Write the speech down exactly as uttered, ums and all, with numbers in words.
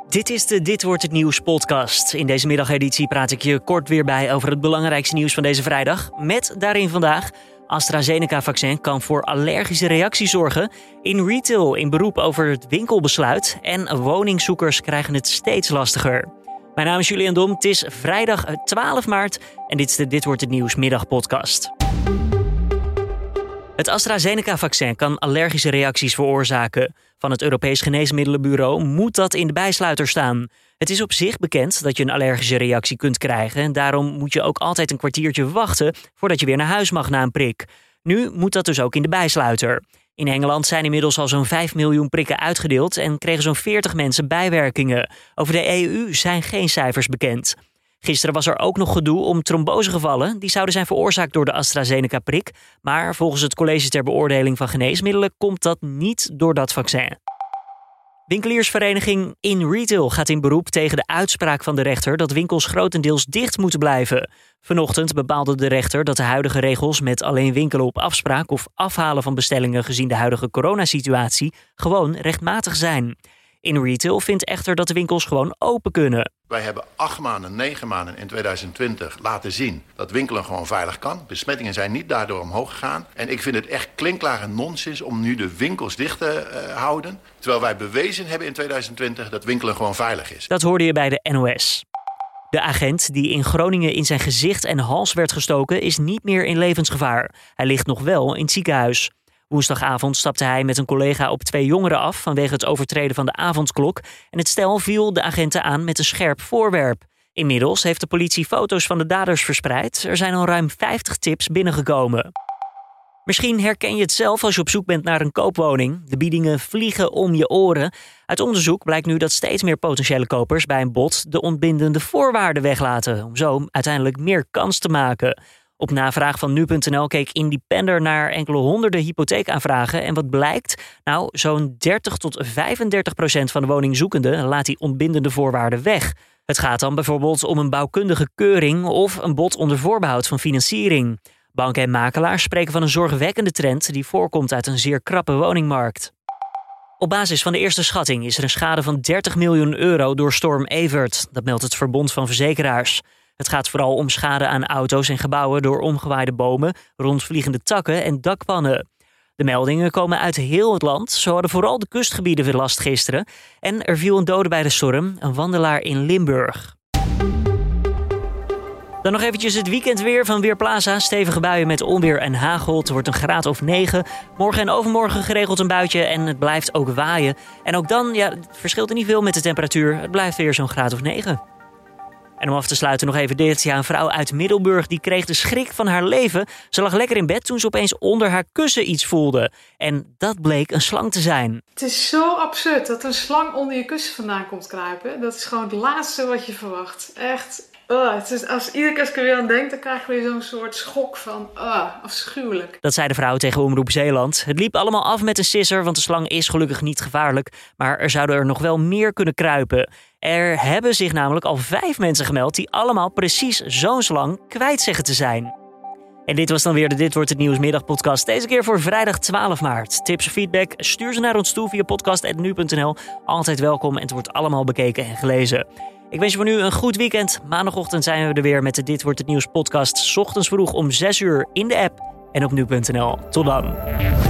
Dit is de Dit Wordt Het Nieuws podcast. In deze middageditie praat ik je kort weer bij over het belangrijkste nieuws van deze vrijdag. Met daarin vandaag: AstraZeneca-vaccin kan voor allergische reacties zorgen. In retail in beroep over het winkelbesluit. En woningzoekers krijgen het steeds lastiger. Mijn naam is Julian Dom. Het is vrijdag twaalf maart en dit is de Dit Wordt Het Nieuws middagpodcast. Het AstraZeneca-vaccin kan allergische reacties veroorzaken. Van het Europees Geneesmiddelenbureau moet dat in de bijsluiter staan. Het is op zich bekend dat je een allergische reactie kunt krijgen. En daarom moet je ook altijd een kwartiertje wachten voordat je weer naar huis mag na een prik. Nu moet dat dus ook in de bijsluiter. In Engeland zijn inmiddels al zo'n vijf miljoen prikken uitgedeeld en kregen zo'n veertig mensen bijwerkingen. Over de E U zijn geen cijfers bekend. Gisteren was er ook nog gedoe om trombosegevallen. Die zouden zijn veroorzaakt door de AstraZeneca-prik. Maar volgens het College ter Beoordeling van Geneesmiddelen komt dat niet door dat vaccin. Winkeliersvereniging In Retail gaat in beroep tegen de uitspraak van de rechter dat winkels grotendeels dicht moeten blijven. Vanochtend bepaalde de rechter dat de huidige regels met alleen winkelen op afspraak of afhalen van bestellingen gezien de huidige coronasituatie gewoon rechtmatig zijn. In Retail vindt echter dat de winkels gewoon open kunnen. Wij hebben acht maanden, negen maanden in tweeduizend twintig laten zien dat winkelen gewoon veilig kan. Besmettingen zijn niet daardoor omhoog gegaan. En ik vind het echt klinkklare nonsens om nu de winkels dicht te uh, houden. Terwijl wij bewezen hebben in tweeduizend twintig dat winkelen gewoon veilig is. Dat hoorde je bij de N O S. De agent die in Groningen in zijn gezicht en hals werd gestoken is niet meer in levensgevaar. Hij ligt nog wel in het ziekenhuis. Woensdagavond stapte hij met een collega op twee jongeren af vanwege het overtreden van de avondklok. En het stel viel de agenten aan met een scherp voorwerp. Inmiddels heeft de politie foto's van de daders verspreid. Er zijn al ruim vijftig tips binnengekomen. Misschien herken je het zelf als je op zoek bent naar een koopwoning. De biedingen vliegen om je oren. Uit onderzoek blijkt nu dat steeds meer potentiële kopers bij een bod de ontbindende voorwaarden weglaten. Om zo uiteindelijk meer kans te maken. Op navraag van nu punt n l keek Independer naar enkele honderden hypotheekaanvragen. En wat blijkt? Nou, zo'n dertig tot vijfendertig procent van de woningzoekenden laat die ontbindende voorwaarden weg. Het gaat dan bijvoorbeeld om een bouwkundige keuring of een bod onder voorbehoud van financiering. Banken en makelaars spreken van een zorgwekkende trend die voorkomt uit een zeer krappe woningmarkt. Op basis van de eerste schatting is er een schade van dertig miljoen euro door storm Evert. Dat meldt het Verbond van Verzekeraars. Het gaat vooral om schade aan auto's en gebouwen door omgewaaide bomen, rondvliegende takken en dakpannen. De meldingen komen uit heel het land. Zo hadden vooral de kustgebieden weer last gisteren. En er viel een dode bij de storm, een wandelaar in Limburg. Dan nog eventjes het weekendweer van Weerplaza. Stevige buien met onweer en hagel. Het wordt een graad of negen. Morgen en overmorgen geregeld een buitje en het blijft ook waaien. En ook dan, ja, het verschilt er niet veel met de temperatuur. Het blijft weer zo'n graad of negen. En om af te sluiten nog even dit. Ja, een vrouw uit Middelburg die kreeg de schrik van haar leven. Ze lag lekker in bed toen ze opeens onder haar kussen iets voelde. En dat bleek een slang te zijn. Het is zo absurd dat een slang onder je kussen vandaan komt kruipen. Dat is gewoon het laatste wat je verwacht. Echt. Uh, het is, als iedere keer als ik er weer aan denk, dan krijg je weer zo'n soort schok van uh, afschuwelijk. Dat zei de vrouw tegen Omroep Zeeland. Het liep allemaal af met een sisser, want de slang is gelukkig niet gevaarlijk. Maar er zouden er nog wel meer kunnen kruipen. Er hebben zich namelijk al vijf mensen gemeld die allemaal precies zo'n slang kwijt zeggen te zijn. En dit was dan weer de Dit Wordt Het Nieuws middagpodcast. Deze keer voor vrijdag twaalf maart. Tips of feedback, stuur ze naar ons toe via podcast punt nu punt n l. Altijd welkom en het wordt allemaal bekeken en gelezen. Ik wens je voor nu een goed weekend. Maandagochtend zijn we er weer met de Dit Wordt Het Nieuws podcast. 's Ochtends vroeg om zes uur in de app en op nu punt n l. Tot dan.